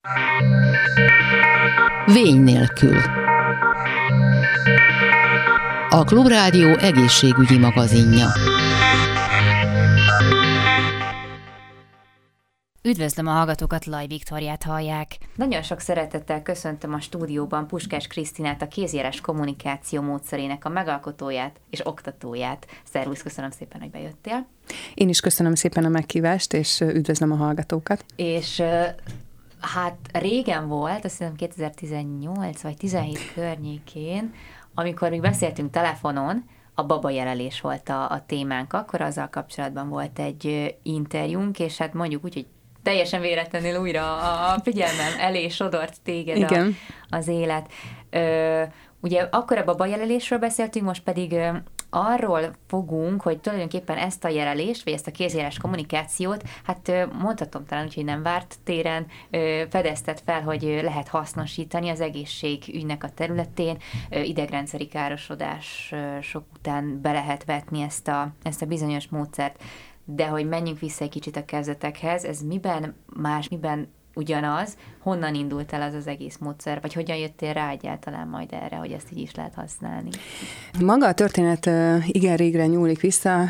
Vény nélkül. A Klubrádió egészségügyi magazinja. Üdvözlöm a hallgatókat, Laj Viktóriát hallják. Nagyon sok szeretettel köszöntöm a stúdióban Puskás Krisztinát, a kézjárás kommunikáció módszerének a megalkotóját és oktatóját. Szervusz, köszönöm szépen, hogy bejöttél. Én is köszönöm szépen a meghívást, és üdvözlöm a hallgatókat. És hát régen volt, azt hiszem 2018 vagy 17 környékén, amikor mi beszéltünk telefonon, a babajelelés volt a témánk, akkor azzal kapcsolatban volt egy interjúnk, és hát mondjuk úgy, hogy teljesen véletlenül újra a figyelmem elé sodort téged az élet. Ugye akkor a babajelelésről beszéltünk, most pedig arról fogunk, hogy tulajdonképpen ezt a jelelést, vagy ezt a kézjárás kommunikációt, hát mondhatom talán úgy, hogy nem várt téren fedezted fel, hogy lehet hasznosítani az egészségügynek a területén, idegrendszeri károsodások után be lehet vetni ezt a bizonyos módszert. De hogy menjünk vissza egy kicsit a kezdetekhez, ez miben más, miben ugyanaz, honnan indult el az egész módszer, vagy hogyan jöttél rá egyáltalán majd erre, hogy ezt így is lehet használni? Maga a történet igen régre nyúlik vissza,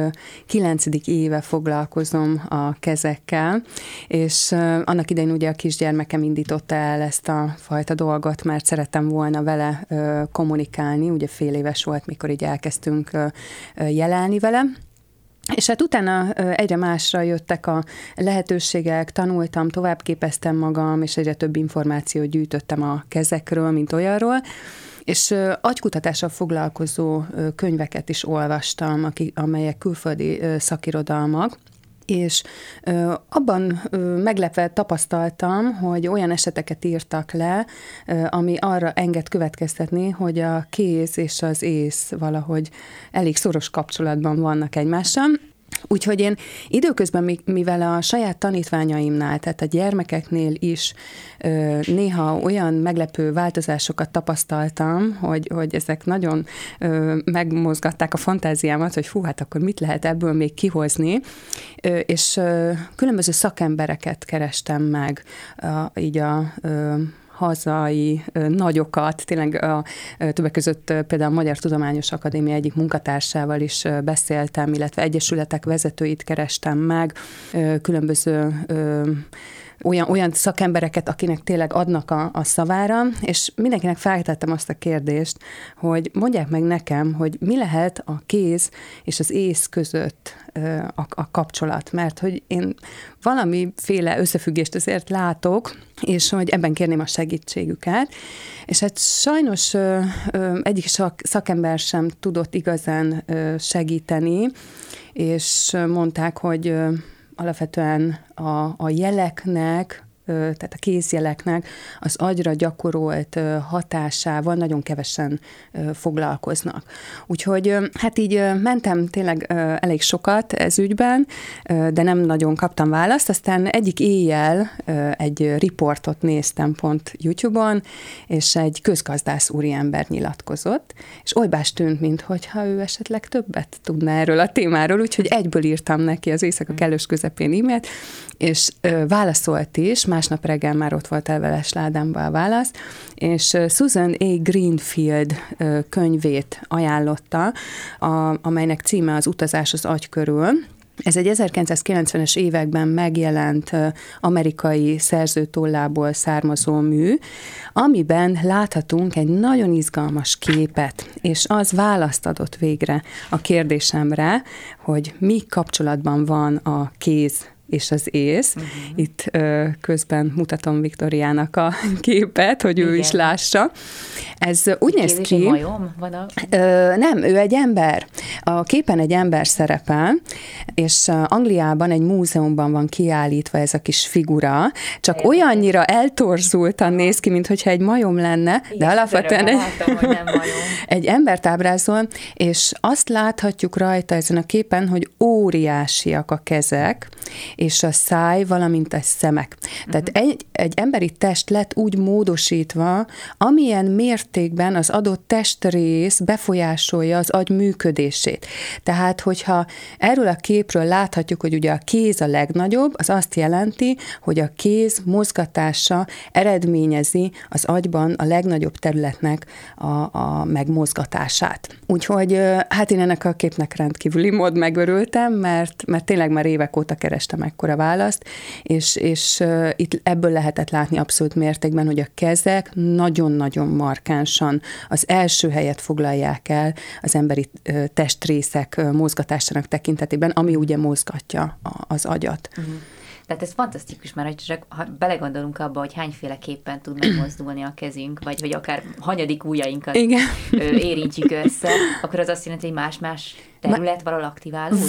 9. éve foglalkozom a kezekkel, és annak idején ugye a kisgyermekem indította el ezt a fajta dolgot, mert szerettem volna vele kommunikálni, ugye fél éves volt, mikor így elkezdtünk jelenni vele. És hát utána egyre másra jöttek a lehetőségek, tanultam, továbbképeztem magam, és egyre több információt gyűjtöttem a kezekről, mint olyanról, és agykutatással foglalkozó könyveket is olvastam, amelyek külföldi szakirodalmak, és abban meglepve tapasztaltam, hogy olyan eseteket írtak le, ami arra enged következtetni, hogy a kéz és az ész valahogy elég szoros kapcsolatban vannak egymással. Úgyhogy én időközben, mivel a saját tanítványaimnál, tehát a gyermekeknél is néha olyan meglepő változásokat tapasztaltam, hogy ezek nagyon megmozgatták a fantáziámat, hogy hát akkor mit lehet ebből még kihozni, és különböző szakembereket kerestem meg, így a hazai nagyokat, tényleg többek között például a Magyar Tudományos Akadémia egyik munkatársával is beszéltem, illetve egyesületek vezetőit kerestem meg, különböző olyan szakembereket, akinek tényleg adnak a szavára, és mindenkinek feltettem azt a kérdést, hogy mondják meg nekem, hogy mi lehet a kéz és az ész között a kapcsolat, mert hogy én valamiféle összefüggést azért látok, és hogy ebben kérném a segítségüket, és hát sajnos egyik szakember sem tudott igazán segíteni, és mondták, hogy alapvetően a jeleknek, tehát a kézjeleknek az agyra gyakorolt hatásával nagyon kevesen foglalkoznak. Úgyhogy hát így mentem tényleg elég sokat ez ügyben, de nem nagyon kaptam választ. Aztán egyik éjjel egy riportot néztem pont YouTube-on, és egy közgazdász úriember nyilatkozott, és olybás tűnt, minthogyha ő esetleg többet tudna erről a témáról, úgyhogy egyből írtam neki az éjszaka kellős közepén e-mailt, és válaszolt is, másnap reggel már ott volt elveles ládámban a válasz, és Susan A. Greenfield könyvét ajánlotta, amelynek címe az Utazás az agy körül. Ez egy 1990-es években megjelent amerikai szerzőtollából származó mű, amiben láthatunk egy nagyon izgalmas képet, és az választ adott végre a kérdésemre, hogy mi kapcsolatban van a kéz és az ész. Itt közben mutatom Viktóriának a képet, hogy ő is lássa. Ez úgy néz ki... Egy majom van a... Nem, ő egy ember. A képen egy ember szerepel, és Angliában egy múzeumban van kiállítva ez a kis figura, csak olyannyira eltorzultan néz ki, mintha egy majom lenne, de alapvetően egy embert ábrázol, és azt láthatjuk rajta ezen a képen, hogy óriásiak a kezek, és a száj, valamint a szemek. Tehát egy emberi test lett úgy módosítva, amilyen mértékben az adott testrész befolyásolja az agy működését. Tehát, hogyha erről a képről láthatjuk, hogy ugye a kéz a legnagyobb, az azt jelenti, hogy a kéz mozgatása eredményezi az agyban a legnagyobb területnek a megmozgatását. Úgyhogy hát én ennek a képnek rendkívüli mód megörültem, mert tényleg már évek óta kerestem ekkora választ, és itt ebből lehetett látni abszolút mértékben, hogy a kezek nagyon-nagyon markánsan az első helyet foglalják el az emberi testrészek mozgatásának tekintetében, ami ugye mozgatja az agyat. Tehát ez fantasztikus, mert csak ha belegondolunk abba, hogy hányféleképpen tud megmozdulni a kezünk, vagy akár hanyadik ujjainkat érintjük össze, akkor az azt jelenti, hogy más-más terület valahol aktiválódik?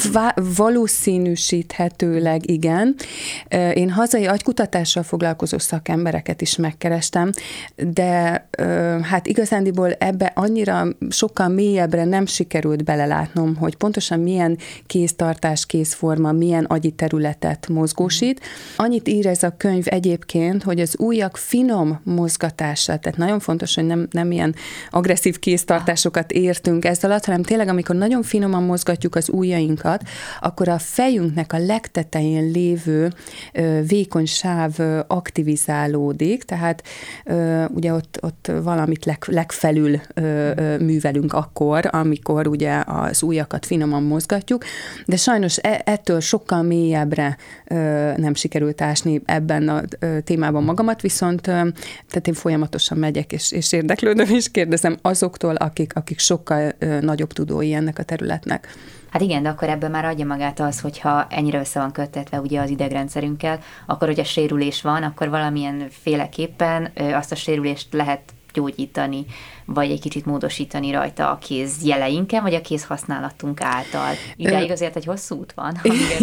Valószínűsíthetőleg igen. Én hazai agykutatással foglalkozó szakembereket is megkerestem, de hát igazándiból ebbe annyira sokkal mélyebbre nem sikerült belelátnom, hogy pontosan milyen kéztartás, kézforma, milyen agyi területet mozgósít. Annyit ír ez a könyv egyébként, hogy az ujjak finom mozgatása, tehát nagyon fontos, hogy nem ilyen agresszív kéztartásokat értünk ezzel alatt, hanem tényleg, amikor nagyon finoman mozgatjuk az ujjainkat, akkor a fejünknek a legtetején lévő vékony sáv aktivizálódik, tehát ugye ott valamit legfelül művelünk akkor, amikor ugye az ujjakat finoman mozgatjuk, de sajnos ettől sokkal mélyebbre nem sikerült ásni ebben a témában magamat, viszont tehát én folyamatosan megyek, és érdeklődöm, és kérdezem azoktól, akik sokkal nagyobb tudói ennek a területnek. Hát igen, de akkor ebben már adja magát az, hogyha ennyire össze van köttetve ugye az idegrendszerünkkel, akkor hogyha sérülés van, akkor valamilyen féleképpen azt a sérülést lehet gyógyítani, vagy egy kicsit módosítani rajta a kéz jeleinken, vagy a kéz használatunk által. Idáig azért egy hosszú út van,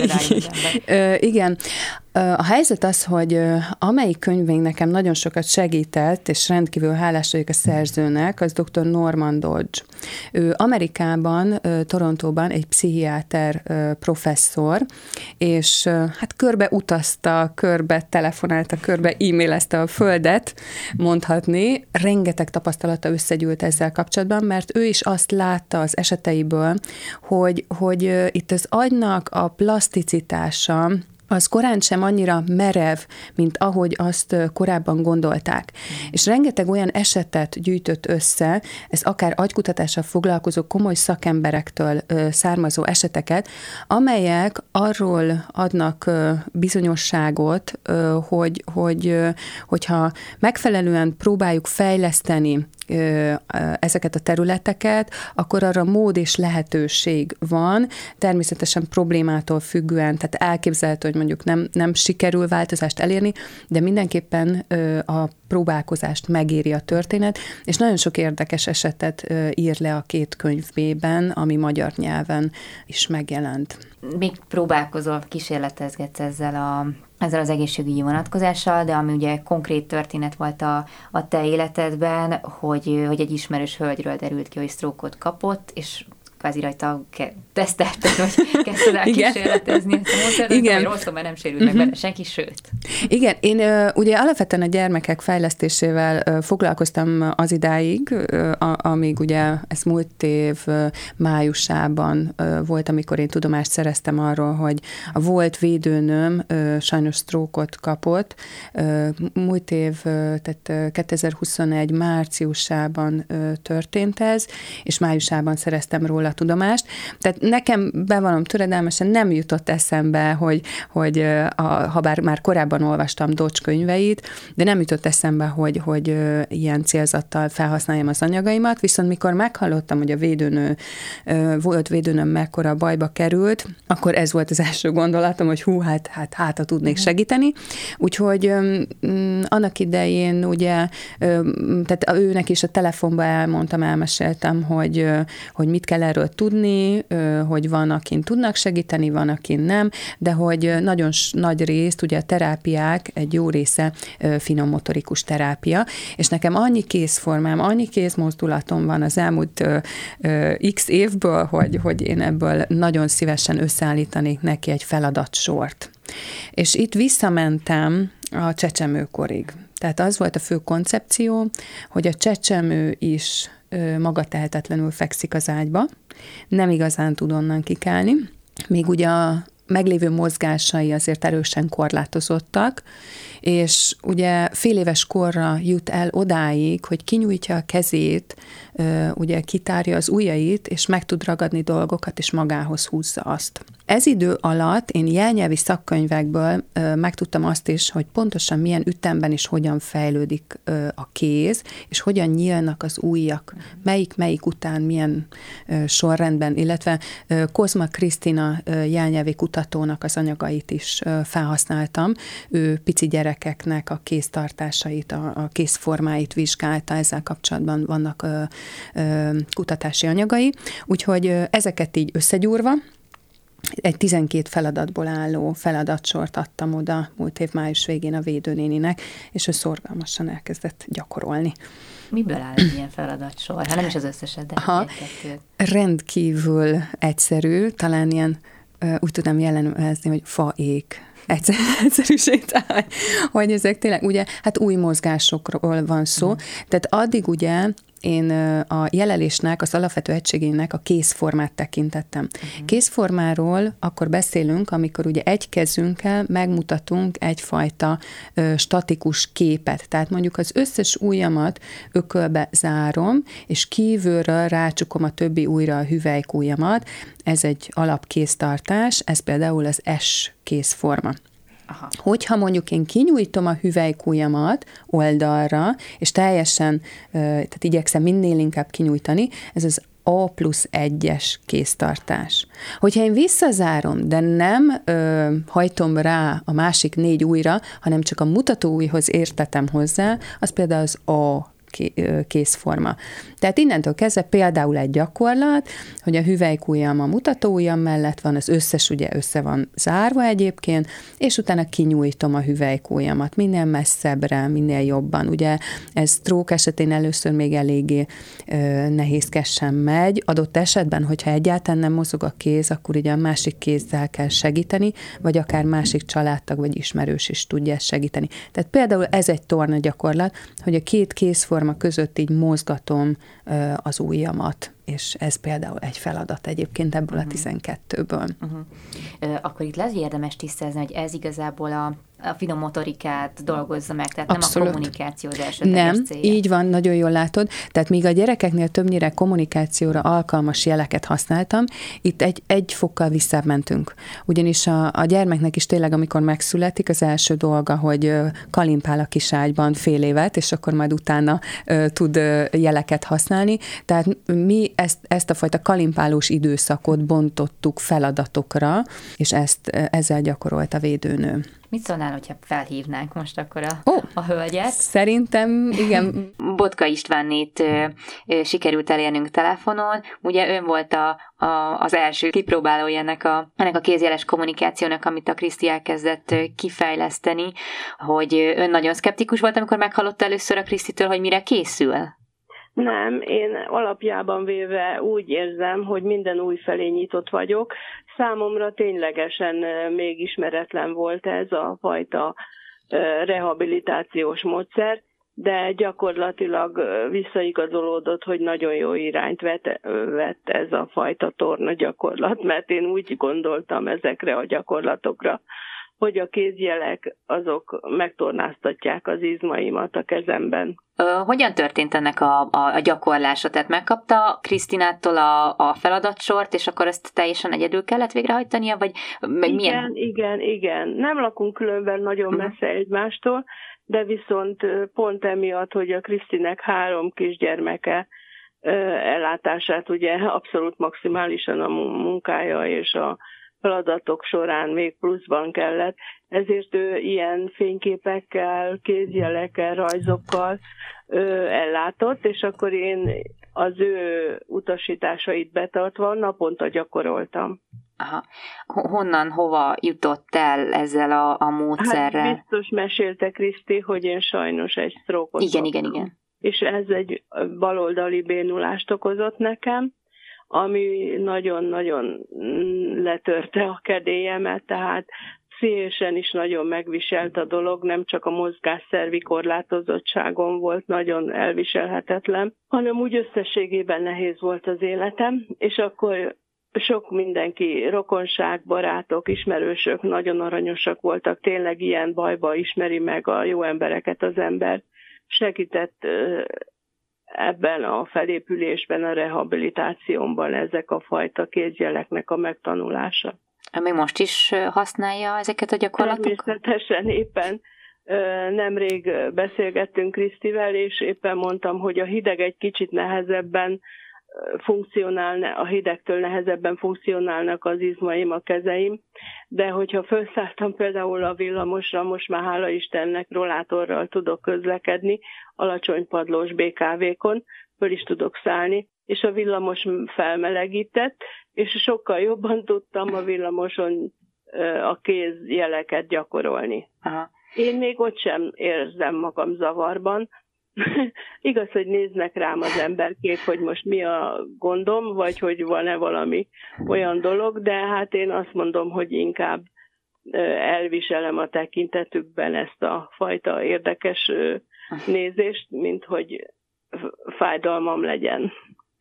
igen. A helyzet az, hogy amelyik könyvénk nekem nagyon sokat segített, és rendkívül hálás vagyok a szerzőnek, az dr. Norman Dodge. Ő Amerikában, Torontóban egy pszichiáter professzor, és hát körbe utazta, körbe telefonálta, körbe e-mailezte a földet, mondhatni. Rengeteg tapasztalata összegyűlt ezzel kapcsolatban, mert ő is azt látta az eseteiből, hogy itt az agynak a plaszticitása az korán sem annyira merev, mint ahogy azt korábban gondolták. És rengeteg olyan esetet gyűjtött össze, ez akár agykutatással foglalkozó komoly szakemberektől származó eseteket, amelyek arról adnak bizonyosságot, hogyha megfelelően próbáljuk fejleszteni ezeket a területeket, akkor arra mód és lehetőség van, természetesen problémától függően, tehát elképzelhető, hogy mondjuk nem sikerül változást elérni, de mindenképpen a próbálkozást megéri a történet, és nagyon sok érdekes esetet ír le a két könyvében, ami magyar nyelven is megjelent. Még próbálkozol, kísérletezgetsz ezzel az egészségügyi vonatkozással, de ami ugye konkrét történet volt a te életedben, hogy egy ismerős hölgyről derült ki, hogy sztrókot kapott, és kvázi rajta tesztelted, vagy kezdted el kísérletezni ezt a módszert, hogy rosszul, mert nem sérült meg benne senki, sőt. Igen, én ugye alapvetően a gyermekek fejlesztésével foglalkoztam az idáig, amíg ugye ez múlt év májusában volt, amikor én tudomást szereztem arról, hogy a volt védőnőm sajnos sztrókot kapott. Múlt év, tehát 2021 márciusában történt ez, és májusában szereztem róla tudomást. Tehát nekem, bevallom töredelmesen, nem jutott eszembe, hogy ha bár már korábban olvastam Dodge könyveit, de nem jutott eszembe, hogy ilyen célzattal felhasználjam az anyagaimat, viszont mikor meghallottam, hogy a volt védőnöm mekkora bajba került, akkor ez volt az első gondolatom, hogy hát tudnék segíteni. Úgyhogy annak idején tehát őnek is a telefonban elmeséltem, hogy mit kell erről tudni, hogy van, akin tudnak segíteni, van, akin nem, de hogy nagyon nagy részt, ugye a terápiák egy jó része finom motorikus terápia, és nekem annyi kézformám, annyi kézmozdulatom van az elmúlt x évből, hogy én ebből nagyon szívesen összeállítanék neki egy feladatsort. És itt visszamentem a csecsemőkorig. Tehát az volt a fő koncepció, hogy a csecsemő is magatehetetlenül fekszik az ágyba, nem igazán tud onnan kikelni, még ugye a meglévő mozgásai azért erősen korlátozottak, és ugye fél éves korra jut el odáig, hogy kinyújtja a kezét, ugye kitárja az ujjait, és meg tud ragadni dolgokat, és magához húzza azt. Ez idő alatt én jelnyelvi szakkönyvekből megtudtam azt is, hogy pontosan milyen ütemben és hogyan fejlődik a kéz, és hogyan nyílnak az ujjak, melyik után milyen sorrendben, illetve Kozma Krisztina jelnyelvi kutatónak az anyagait is felhasználtam. Ő pici gyerekeknek a kéztartásait, a kézformáit vizsgálta, ezzel kapcsolatban vannak kutatási anyagai, úgyhogy ezeket így összegyúrva, egy 12 feladatból álló feladatsort adtam oda múlt év május végén a védőnéninek, és ő szorgalmasan elkezdett gyakorolni. Miből áll egy ilyen feladatsor? Hát nem is az összeset, de rendkívül egyszerű, talán ilyen, úgy tudom jellemezni, hogy faék. Egyszerűsíteni, hogy ezek tényleg, ugye, hát új mozgásokról van szó, tehát addig ugye én a jelelésnek, az alapvető egységének a kézformát tekintettem. Kézformáról akkor beszélünk, amikor ugye egy kezünkkel megmutatunk egyfajta statikus képet. Tehát mondjuk az összes ujjamat ökölbe zárom, és kívülről rácsukom a többi ujjra a hüvelykujjamat. Ez egy alapkéztartás, ez például az S kézforma. Aha. Hogyha mondjuk én kinyújtom a hüvelykujjamat oldalra, és teljesen, tehát igyekszem minél inkább kinyújtani, ez az A+1-es kéztartás. Hogyha én visszazárom, de nem hajtom rá a másik 4 ujjra, hanem csak a mutatóujjhoz értetem hozzá, az például az A kézforma. Tehát innentől kezdve például egy gyakorlat, hogy a hüvelykujjam a mutatóujjam mellett van, az összes ugye össze van zárva egyébként, és utána kinyújtom a hüvelykujjamat minél messzebbre, minél jobban. Ugye ez stroke esetén először még eléggé nehézkesen megy. Adott esetben, hogyha egyáltalán nem mozog a kéz, akkor ugye a másik kézzel kell segíteni, vagy akár másik családtag vagy ismerős is tudja ezt segíteni. Tehát például ez egy torna gyakorlat, hogy a két kézforma között így mozgatom az ujjamat, és ez például egy feladat egyébként ebből a 12-ből. Akkor itt lesz érdemes tisztázni, hogy ez igazából a finom motorikát dolgozza meg, tehát abszolút. Nem a kommunikáció az elsődleges célja. Nem, így van, nagyon jól látod. Tehát míg a gyerekeknél többnyire kommunikációra alkalmas jeleket használtam, itt egy fokkal visszább mentünk. Ugyanis a gyermeknek is tényleg, amikor megszületik, az első dolga, hogy kalimpál a kiságyban fél évet, és akkor majd utána tud jeleket használni. Tehát mi ezt a fajta kalimpálós időszakot bontottuk feladatokra, és ezzel gyakorolt a védőnő. Mit szólnál, hogyha felhívnánk most akkor a hölgyet? Szerintem, igen. Botka Istvánnét sikerült elérnünk telefonon. Ugye ön volt az első kipróbálója ennek a kézjeles kommunikációnak, amit a Kriszti elkezdett kifejleszteni, hogy ön nagyon szkeptikus volt, amikor meghallotta először a Krisztitől, hogy mire készül? Nem, én alapjában véve úgy érzem, hogy minden új felé nyitott vagyok. Számomra ténylegesen még ismeretlen volt ez a fajta rehabilitációs módszer, de gyakorlatilag visszaigazolódott, hogy nagyon jó irányt vett ez a fajta torna gyakorlat, mert én úgy gondoltam ezekre a gyakorlatokra, hogy a kézjelek azok megtornáztatják az izmaimat a kezemben. Hogyan történt ennek a gyakorlása? Tehát megkapta Krisztinától a feladatsort, és akkor ezt teljesen egyedül kellett végrehajtania, vagy milyen? Igen. Nem lakunk különben nagyon messze egymástól, de viszont pont emiatt, hogy a Krisztinek 3 kisgyermeke ellátását ugye abszolút maximálisan a munkája és a feladatok során még pluszban kellett, ezért ő ilyen fényképekkel, kézjelekkel, rajzokkal ellátott, és akkor én az ő utasításait betartva naponta gyakoroltam. Aha. Honnan, hova jutott el ezzel a módszerrel? Hát biztos mesélte Kriszti, hogy én sajnos egy sztrókot kaptam. Igen. És ez egy baloldali bénulást okozott nekem, ami nagyon-nagyon letörte a kedélyemet, tehát pszichésen is nagyon megviselt a dolog, nem csak a mozgásszervi korlátozottságon volt nagyon elviselhetetlen, hanem úgy összességében nehéz volt az életem, és akkor sok mindenki, rokonság, barátok, ismerősök nagyon aranyosak voltak, tényleg ilyen bajba ismeri meg a jó embereket az ember. Segített ebben a felépülésben, a rehabilitációmban ezek a fajta kézjeleknek a megtanulása. Még most is használja ezeket a gyakorlatokat? Természetesen éppen nemrég beszélgettünk Krisztivel, és éppen mondtam, hogy a hideg egy kicsit nehezebben funkcionálna, a hidegtől nehezebben funkcionálnak az izmaim, a kezeim, de hogyha felszálltam például a villamosra, most már hála Istennek rollátorral tudok közlekedni, alacsony padlós BKV-kon, föl is tudok szállni, és a villamos felmelegített, és sokkal jobban tudtam a villamoson a kézjeleket gyakorolni. Aha. Én még ott sem érzem magam zavarban. Igaz, hogy néznek rám az emberkék, hogy most mi a gondom, vagy hogy van-e valami olyan dolog, de hát én azt mondom, hogy inkább elviselem a tekintetükben ezt a fajta érdekes nézést, mint hogy fájdalmam legyen.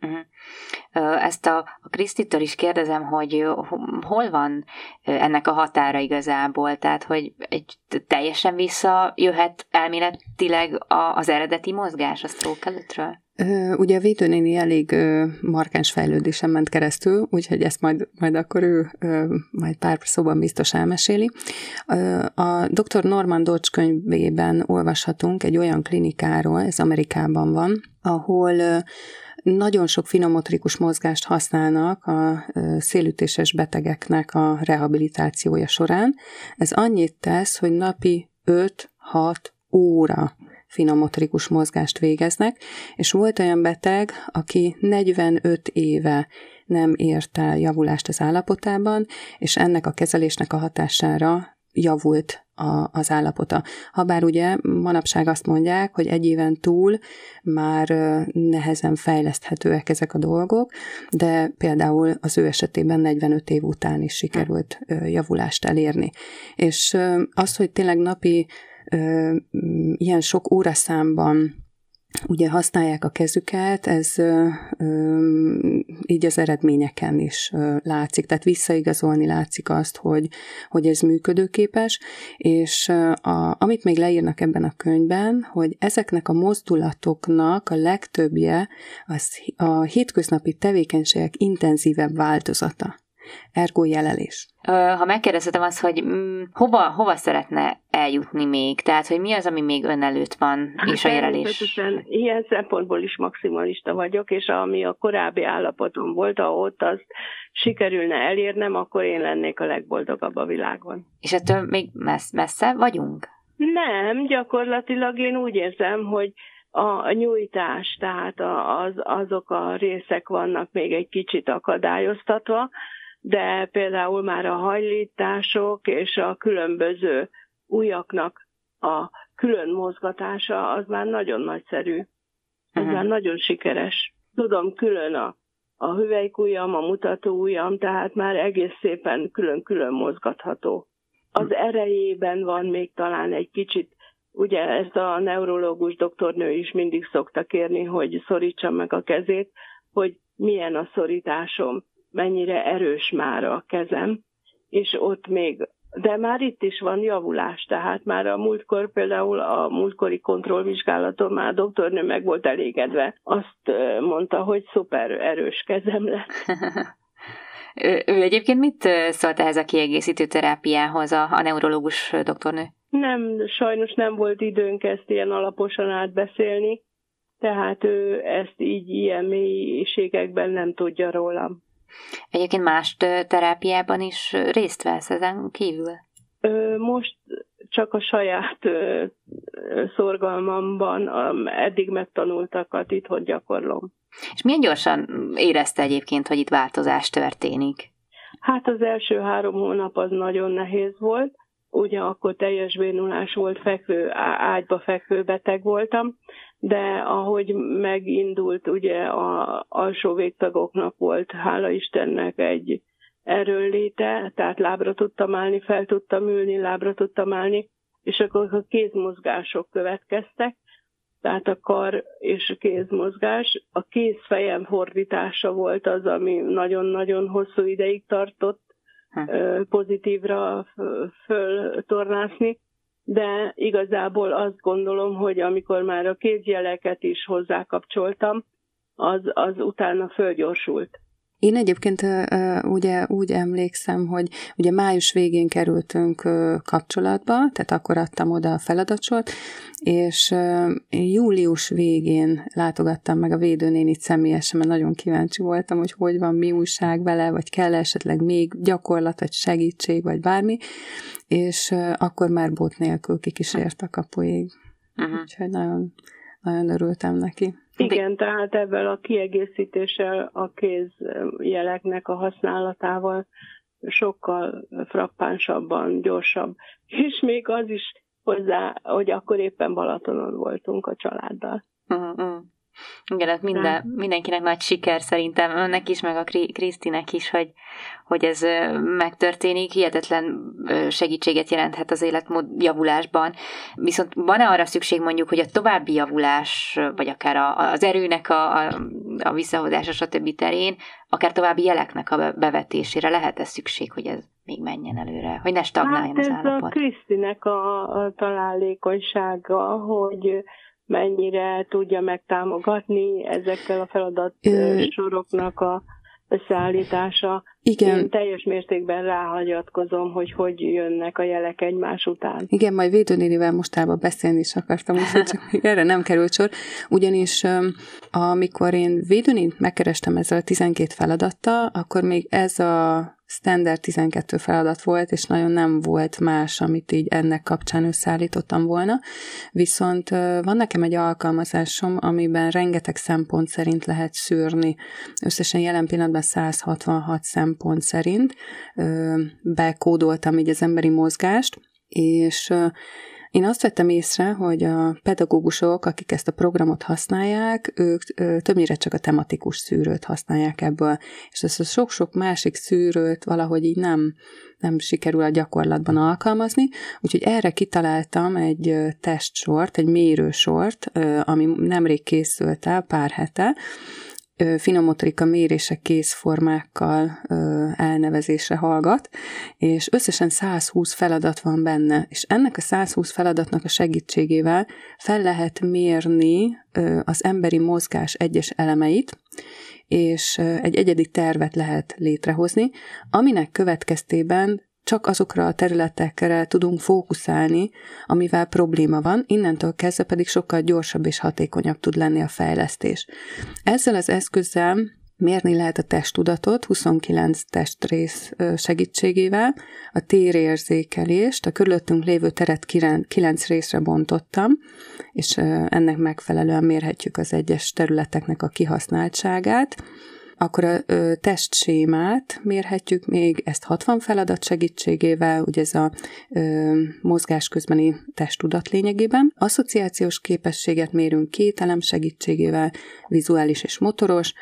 Ezt a Krisztitől is kérdezem, hogy hol van ennek a határa igazából, tehát hogy teljesen visszajöhet elméletileg az eredeti mozgás a stroke előttről? Ugye a Védő néni elég markáns fejlődésen ment keresztül, úgyhogy ezt majd akkor ő majd pár szóban biztos elmeséli. A dr. Norman Dodge könyvében olvashatunk egy olyan klinikáról, ez Amerikában van, ahol nagyon sok finomotorikus mozgást használnak a szélütéses betegeknek a rehabilitációja során. Ez annyit tesz, hogy napi 5-6 óra finomotorikus mozgást végeznek, és volt olyan beteg, aki 45 éve nem ért el javulást az állapotában, és ennek a kezelésnek a hatására javult az állapota. Habár ugye manapság azt mondják, hogy egy éven túl már nehezen fejleszthetőek ezek a dolgok, de például az ő esetében 45 év után is sikerült javulást elérni. És az, hogy tényleg napi ilyen sok óraszámban ugye használják a kezüket, ez így az eredményeken is látszik, tehát visszaigazolni látszik azt, hogy ez működőképes, és amit még leírnak ebben a könyvben, hogy ezeknek a mozdulatoknak a legtöbbje az a hétköznapi tevékenységek intenzívebb változata. Ergo jelelés. Ha megkérdezhetem azt, hogy hova szeretne eljutni még? Tehát, hogy mi az, ami még ön előtt van, és a jelelés? Ilyen szempontból is maximalista vagyok, és ami a korábbi állapotom volt, ha ott azt sikerülne elérnem, akkor én lennék a legboldogabb a világon. És ettől még messze vagyunk? Nem, gyakorlatilag én úgy érzem, hogy a nyújtás, tehát azok a részek vannak még egy kicsit akadályoztatva, de például már a hajlítások és a különböző ujjaknak a külön mozgatása az már nagyon nagyszerű. Ez már nagyon sikeres. Tudom, külön a hüvelykujjam, a mutatóujjam, tehát már egész szépen külön-külön mozgatható. Az erejében van még talán egy kicsit, ugye ezt a neurológus doktornő is mindig szokta kérni, hogy szorítsam meg a kezét, hogy milyen a szorításom, mennyire erős már a kezem, és ott még, de már itt is van javulás, tehát már a múltkor, például a múltkori kontrollvizsgálaton már a doktornő meg volt elégedve. Azt mondta, hogy szuper erős kezem lett. Ő egyébként mit szólt ehhez a kiegészítő terápiához a neurológus doktornő? Nem, sajnos nem volt időnk ezt ilyen alaposan átbeszélni, tehát ő ezt így ilyen mélységekben nem tudja rólam. Egyébként más terápiában is részt vesz ezen kívül? Most csak a saját szorgalmamban eddig megtanultakat itthon gyakorlom. És milyen gyorsan érezte egyébként, hogy itt változás történik? Hát az első 3 hónap az nagyon nehéz volt. Ugye akkor teljes bénulás volt, ágyba fekvő beteg voltam, de ahogy megindult, ugye az alsó végtagoknak volt, hála Istennek, egy erőnléte, tehát lábra tudtam állni, fel tudtam ülni, lábra tudtam állni, és akkor a kézmozgások következtek, tehát a kar és a kézmozgás. A kéz-fejem fordítása volt az, ami nagyon-nagyon hosszú ideig tartott pozitívra föltornászni, de igazából azt gondolom, hogy amikor már a kézjeleket is hozzákapcsoltam, az utána fölgyorsult. Én egyébként ugye úgy emlékszem, hogy ugye május végén kerültünk kapcsolatba, tehát akkor adtam oda a feladatsort, és július végén látogattam meg a védőnénit személyesen, mert nagyon kíváncsi voltam, hogy van, mi újság vele, vagy kell esetleg még gyakorlat, vagy segítség, vagy bármi, és akkor már bot nélkül kikísért a kapuig. Úgyhogy nagyon, nagyon örültem neki. Igen, tehát ebben a kiegészítéssel, a kézjeleknek a használatával sokkal frappánsabban, gyorsabb. És még az is hozzá, hogy akkor éppen Balatonon voltunk a családdal. Igen, hát mindenkinek nagy siker szerintem, önnek is, meg a Krisztinek is, hogy ez megtörténik, hihetetlen segítséget jelenthet az életmód javulásban. Viszont van-e arra szükség mondjuk, hogy a további javulás, vagy akár az erőnek a visszahozása, stb. Terén, akár további jeleknek a bevetésére lehet-e szükség, hogy ez még menjen előre, hogy ne stagnáljon az állapot? Hát ez a Krisztinek a találékonysága, hogy mennyire tudja megtámogatni ezekkel a feladatsoroknak a összeállítása. Igen. Én teljes mértékben ráhagyatkozom, hogy jönnek a jelek egymás után. Igen, majd védőnénivel mostában beszélni is akartam, úgyhogy csak erre nem került sor. Ugyanis amikor én védőnét megkerestem ezzel a 12 feladattal, akkor még ez a standard 12 feladat volt, és nagyon nem volt más, amit így ennek kapcsán összeállítottam volna. Viszont van nekem egy alkalmazásom, amiben rengeteg szempont szerint lehet szűrni. Összesen jelen pillanatban 166 szempont szerint bekódoltam így az emberi mozgást, és én azt vettem észre, hogy a pedagógusok, akik ezt a programot használják, ők többnyire csak a tematikus szűrőt használják ebből, és ezt a sok-sok másik szűrőt valahogy így nem sikerül a gyakorlatban alkalmazni, úgyhogy erre kitaláltam egy testsort, egy mérősort, ami nemrég készült el, pár hete, finomotorika mérések kézformákkal elnevezésre hallgat, és összesen 120 feladat van benne, és ennek a 120 feladatnak a segítségével fel lehet mérni az emberi mozgás egyes elemeit, és egy egyedi tervet lehet létrehozni, aminek következtében csak azokra a területekre tudunk fókuszálni, amivel probléma van, innentől kezdve pedig sokkal gyorsabb és hatékonyabb tud lenni a fejlesztés. Ezzel az eszközzel mérni lehet a testtudatot, 29 testrész segítségével, a térérzékelést, a körülöttünk lévő teret 9 részre bontottam, és ennek megfelelően mérhetjük az egyes területeknek a kihasználtságát. Akkor a testsémát mérhetjük még, ezt 60 feladat segítségével, ugye ez a mozgás közbeni testtudat lényegében. Asszociációs képességet mérünk 2 elem segítségével, vizuális és motoros.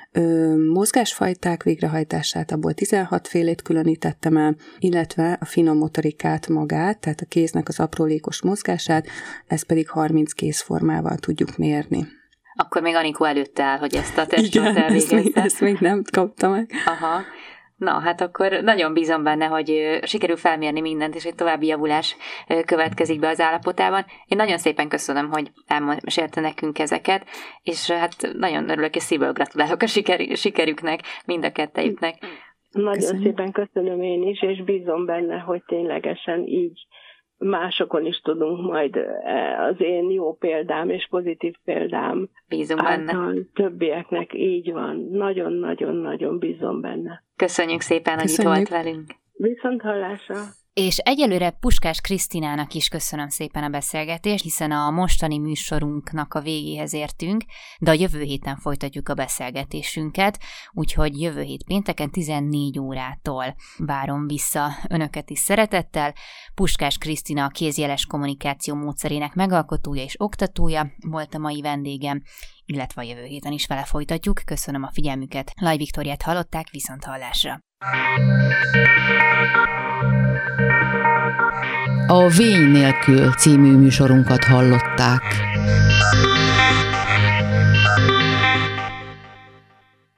Mozgásfajták végrehajtását, abból 16 félét különítettem el, illetve a finom motorikát magát, tehát a kéznek az aprólékos mozgását, ezt pedig 30 kézformával tudjuk mérni. Akkor még Anikó előtte áll, hogy ezt a testsort elvégezte. Ezt még nem kapta meg. Aha. Na, hát akkor nagyon bízom benne, hogy sikerül felmérni mindent, és egy további javulás következik be az állapotában. Én nagyon szépen köszönöm, hogy elmesélte nekünk ezeket, és hát nagyon örülök, és szívből gratulálok a sikerüknek, mind a kettejüknek. Nagyon szépen köszönöm én is, és bízom benne, hogy ténylegesen így másokon is tudunk majd az én jó példám és pozitív példám bízunk benne. Többieknek így van. Nagyon-nagyon-nagyon bízom benne. Köszönjük szépen, hogy itt volt velünk. Viszont hallásra. És egyelőre Puskás Krisztinának is köszönöm szépen a beszélgetést, hiszen a mostani műsorunknak a végéhez értünk, de a jövő héten folytatjuk a beszélgetésünket, úgyhogy jövő hét pénteken 14 órától várom vissza önöket is szeretettel. Puskás Krisztina a kézjeles kommunikáció módszerének megalkotója és oktatója volt a mai vendégem, illetve a jövő héten is vele folytatjuk. Köszönöm a figyelmüket. Laj Viktóriát hallották, viszont hallásra. A Vény nélkül című műsorunkat hallották.